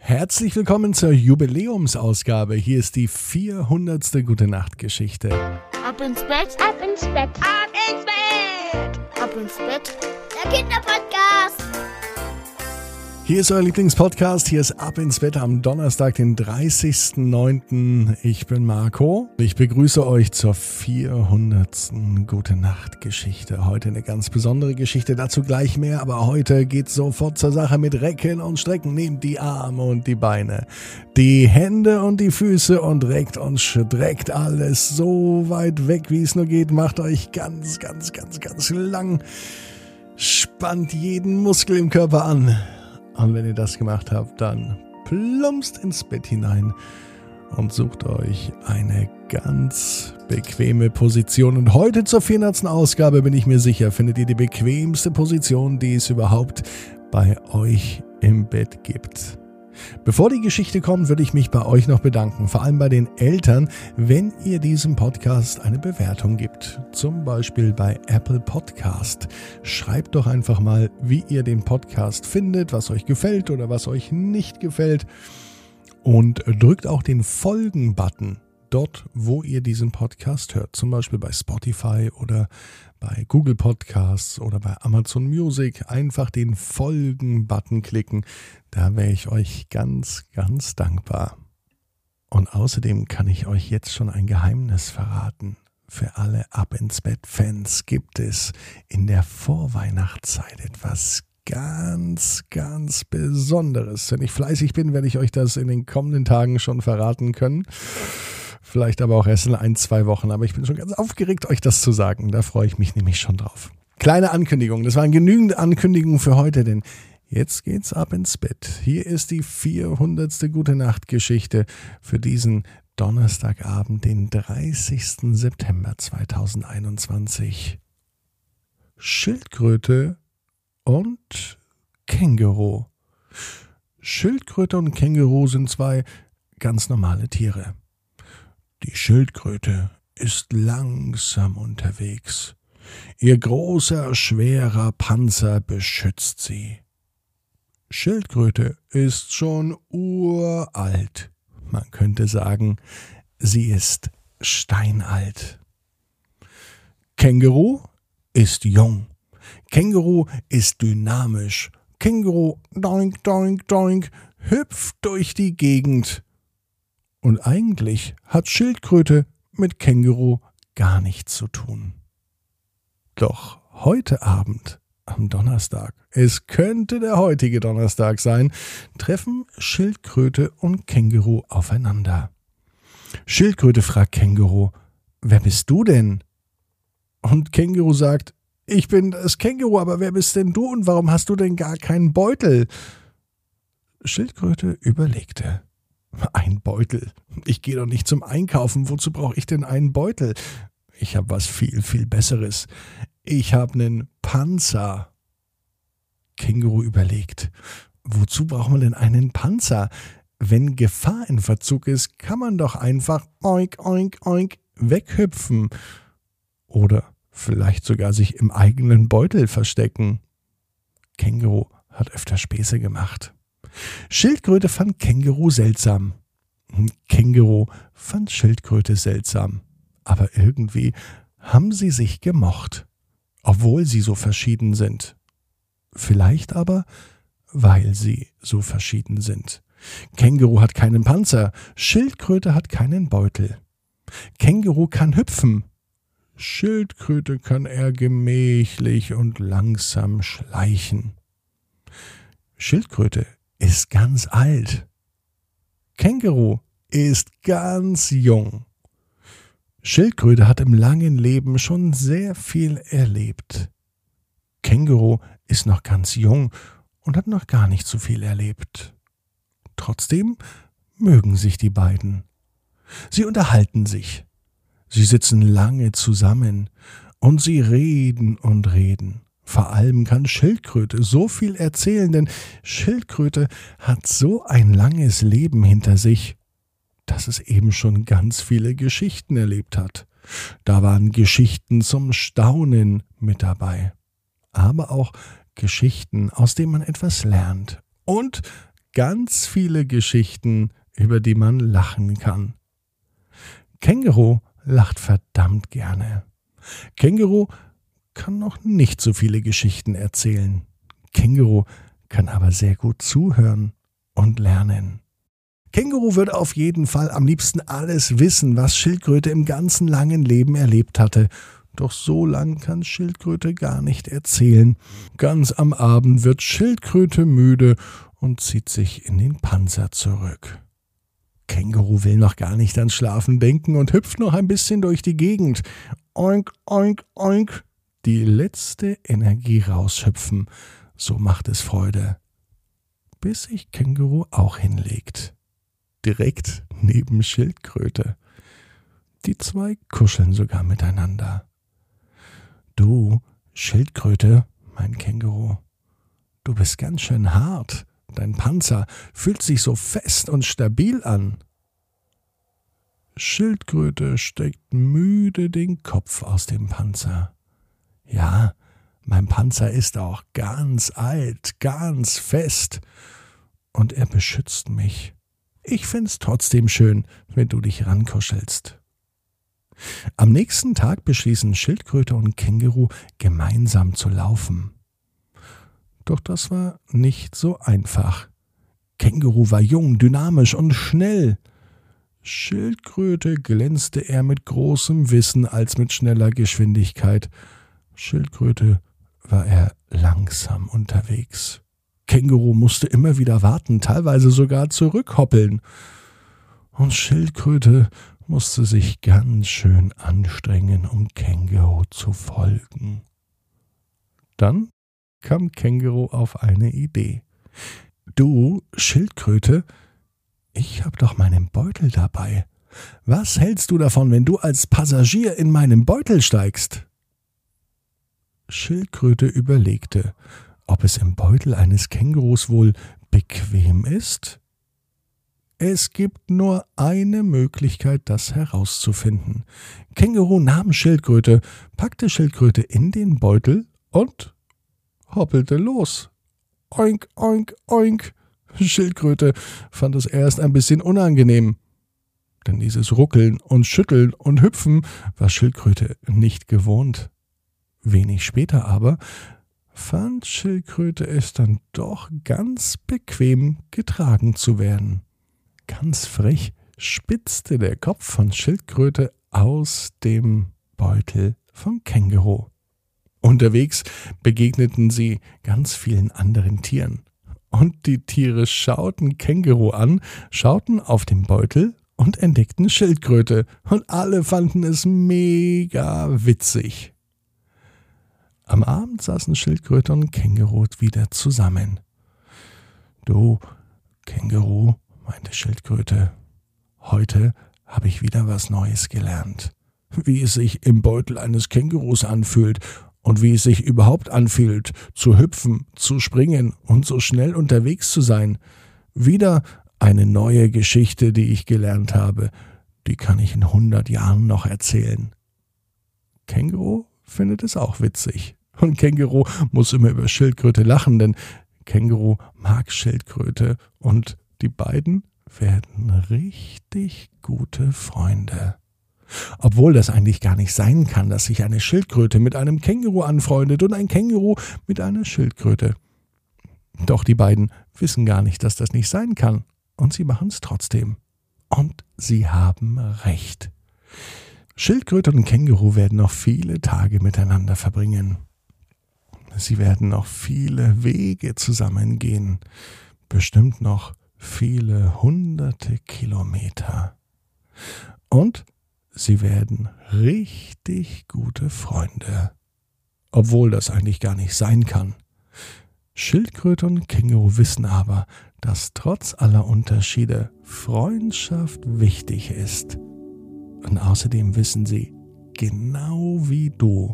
Herzlich willkommen zur Jubiläumsausgabe. Hier ist die 400. Gute-Nacht-Geschichte. Ab ins Bett, ab ins Bett, ab ins Bett, ab ins Bett. Der Kinderpodcast. Hier ist euer Lieblingspodcast. Hier ist Ab ins Bett am Donnerstag, den 30.09. Ich bin Marco. Ich begrüße euch zur 400. Gute-Nacht-Geschichte. Heute eine ganz besondere Geschichte, dazu gleich mehr. Aber heute geht's sofort zur Sache mit Recken und Strecken. Nehmt die Arme und die Beine, die Hände und die Füße und reckt und streckt alles so weit weg, wie es nur geht. Macht euch ganz lang. Spannt jeden Muskel im Körper an. Und wenn ihr das gemacht habt, dann plumpst ins Bett hinein und sucht euch eine ganz bequeme Position. Und heute zur 400. Ausgabe, bin ich mir sicher, findet ihr die bequemste Position, die es überhaupt bei euch im Bett gibt. Bevor die Geschichte kommt, würde ich mich bei euch noch bedanken, vor allem bei den Eltern, wenn ihr diesem Podcast eine Bewertung gibt. Zum Beispiel bei Apple Podcast. Schreibt doch einfach mal, wie ihr den Podcast findet, was euch gefällt oder was euch nicht gefällt. Und drückt auch den Folgen-Button dort, wo ihr diesen Podcast hört. Zum Beispiel bei Spotify oder bei Google Podcasts oder bei Amazon Music. Einfach den Folgen-Button klicken. Da wäre ich euch ganz dankbar. Und außerdem kann ich euch jetzt schon ein Geheimnis verraten. Für alle Ab-ins-Bett-Fans gibt es in der Vorweihnachtszeit etwas ganz Besonderes. Wenn ich fleißig bin, werde ich euch das in den kommenden Tagen schon verraten können. Vielleicht aber auch erst in 1-2 Wochen. Aber ich bin schon ganz aufgeregt, euch das zu sagen. Da freue ich mich nämlich schon drauf. Kleine Ankündigung. Das waren genügend Ankündigungen für heute, denn jetzt geht's ab ins Bett. Hier ist die 400. Gute-Nacht-Geschichte für diesen Donnerstagabend, den 30. September 2021. Schildkröte und Känguru. Schildkröte und Känguru sind zwei ganz normale Tiere. Die Schildkröte ist langsam unterwegs. Ihr großer, schwerer Panzer beschützt sie. Schildkröte ist schon uralt. Man könnte sagen, sie ist steinalt. Känguru ist jung. Känguru ist dynamisch. Känguru, doink, doink, doink, hüpft durch die Gegend. Und eigentlich hat Schildkröte mit Känguru gar nichts zu tun. Doch heute Abend, am Donnerstag, es könnte der heutige Donnerstag sein, treffen Schildkröte und Känguru aufeinander. Schildkröte fragt Känguru, wer bist du denn? Und Känguru sagt, ich bin das Känguru, aber wer bist denn du und warum hast du denn gar keinen Beutel? Schildkröte überlegte. Ein Beutel? Ich gehe doch nicht zum Einkaufen. Wozu brauche ich denn einen Beutel? Ich habe was viel Besseres. Ich habe einen Panzer. Känguru überlegt. Wozu braucht man denn einen Panzer? Wenn Gefahr in Verzug ist, kann man doch einfach oink, oink, oink weghüpfen. Oder vielleicht sogar sich im eigenen Beutel verstecken. Känguru hat öfter Späße gemacht. Schildkröte fand Känguru seltsam. Känguru fand Schildkröte seltsam. Aber irgendwie haben sie sich gemocht, obwohl sie so verschieden sind. Vielleicht aber, weil sie so verschieden sind. Känguru hat keinen Panzer, Schildkröte hat keinen Beutel. Känguru kann hüpfen. Schildkröte kann eher gemächlich und langsam schleichen. Schildkröte ist ganz alt. Känguru ist ganz jung. Schildkröte hat im langen Leben schon sehr viel erlebt. Känguru ist noch ganz jung und hat noch gar nicht so viel erlebt. Trotzdem mögen sich die beiden. Sie unterhalten sich. Sie sitzen lange zusammen und sie reden und reden. Vor allem kann Schildkröte so viel erzählen, denn Schildkröte hat so ein langes Leben hinter sich, dass es eben schon ganz viele Geschichten erlebt hat. Da waren Geschichten zum Staunen mit dabei, aber auch Geschichten, aus denen man etwas lernt und ganz viele Geschichten, über die man lachen kann. Känguru lacht verdammt gerne. Känguru kann noch nicht so viele Geschichten erzählen. Känguru kann aber sehr gut zuhören und lernen. Känguru würde auf jeden Fall am liebsten alles wissen, was Schildkröte im ganzen langen Leben erlebt hatte. Doch so lang kann Schildkröte gar nicht erzählen. Ganz am Abend wird Schildkröte müde und zieht sich in den Panzer zurück. Känguru will noch gar nicht ans Schlafen denken und hüpft noch ein bisschen durch die Gegend. Oink, oink, oink. Die letzte Energie raushüpfen. So macht es Freude. Bis sich Känguru auch hinlegt. Direkt neben Schildkröte. Die zwei kuscheln sogar miteinander. Du, Schildkröte, mein Känguru, du bist ganz schön hart. Dein Panzer fühlt sich so fest und stabil an. Schildkröte steckt müde den Kopf aus dem Panzer. Ja, mein Panzer ist auch ganz alt, ganz fest. Und er beschützt mich. Ich find's trotzdem schön, wenn du dich rankuschelst. Am nächsten Tag beschließen Schildkröte und Känguru, gemeinsam zu laufen. Doch das war nicht so einfach. Känguru war jung, dynamisch und schnell. Schildkröte glänzte eher mit großem Wissen als mit schneller Geschwindigkeit. Schildkröte war eher langsam unterwegs. Känguru musste immer wieder warten, teilweise sogar zurückhoppeln. Und Schildkröte musste sich ganz schön anstrengen, um Känguru zu folgen. Dann kam Känguru auf eine Idee. Du, Schildkröte, ich hab doch meinen Beutel dabei. Was hältst du davon, wenn du als Passagier in meinen Beutel steigst? Schildkröte überlegte, ob es im Beutel eines Kängurus wohl bequem ist? Es gibt nur eine Möglichkeit, das herauszufinden. Känguru nahm Schildkröte, packte Schildkröte in den Beutel und hoppelte los. Oink, oink, oink. Schildkröte fand es erst ein bisschen unangenehm. Denn dieses Ruckeln und Schütteln und Hüpfen war Schildkröte nicht gewohnt. Wenig später aber fand Schildkröte es dann doch ganz bequem, getragen zu werden. Ganz frech spitzte der Kopf von Schildkröte aus dem Beutel vom Känguru. Unterwegs begegneten sie ganz vielen anderen Tieren. Und die Tiere schauten Känguru an, schauten auf den Beutel und entdeckten Schildkröte. Und alle fanden es mega witzig. Am Abend saßen Schildkröte und Känguru wieder zusammen. Du, Känguru, meinte Schildkröte, heute habe ich wieder was Neues gelernt. Wie es sich im Beutel eines Kängurus anfühlt und wie es sich überhaupt anfühlt, zu hüpfen, zu springen und so schnell unterwegs zu sein. Wieder eine neue Geschichte, die ich gelernt habe. Die kann ich in 100 Jahren noch erzählen. Känguru findet es auch witzig. Und Känguru muss immer über Schildkröte lachen, denn Känguru mag Schildkröte und die beiden werden richtig gute Freunde. Obwohl das eigentlich gar nicht sein kann, dass sich eine Schildkröte mit einem Känguru anfreundet und ein Känguru mit einer Schildkröte. Doch die beiden wissen gar nicht, dass das nicht sein kann. Und sie machen es trotzdem. Und sie haben recht. Schildkröte und Känguru werden noch viele Tage miteinander verbringen. Sie werden noch viele Wege zusammengehen. Bestimmt noch viele hunderte Kilometer. Und sie werden richtig gute Freunde. Obwohl das eigentlich gar nicht sein kann. Schildkröte und Känguru wissen aber, dass trotz aller Unterschiede Freundschaft wichtig ist. Und außerdem wissen sie, genau wie du,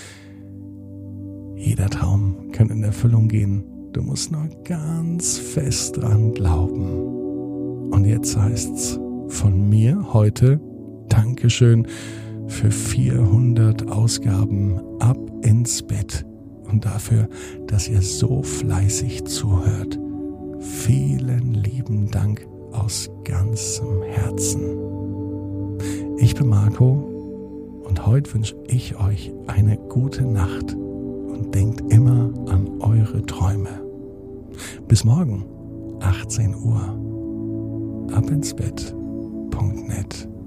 jeder Traum kann in Erfüllung gehen. Du musst nur ganz fest dran glauben. Und jetzt heißt's von mir heute Dankeschön für 400 Ausgaben Ab ins Bett und dafür, dass ihr so fleißig zuhört. vielen lieben Dank aus ganzem Herzen. Ich bin Marco und heute wünsche ich euch eine gute Nacht und denkt immer an eure Träume. Bis morgen, 18 Uhr. abinsbett.net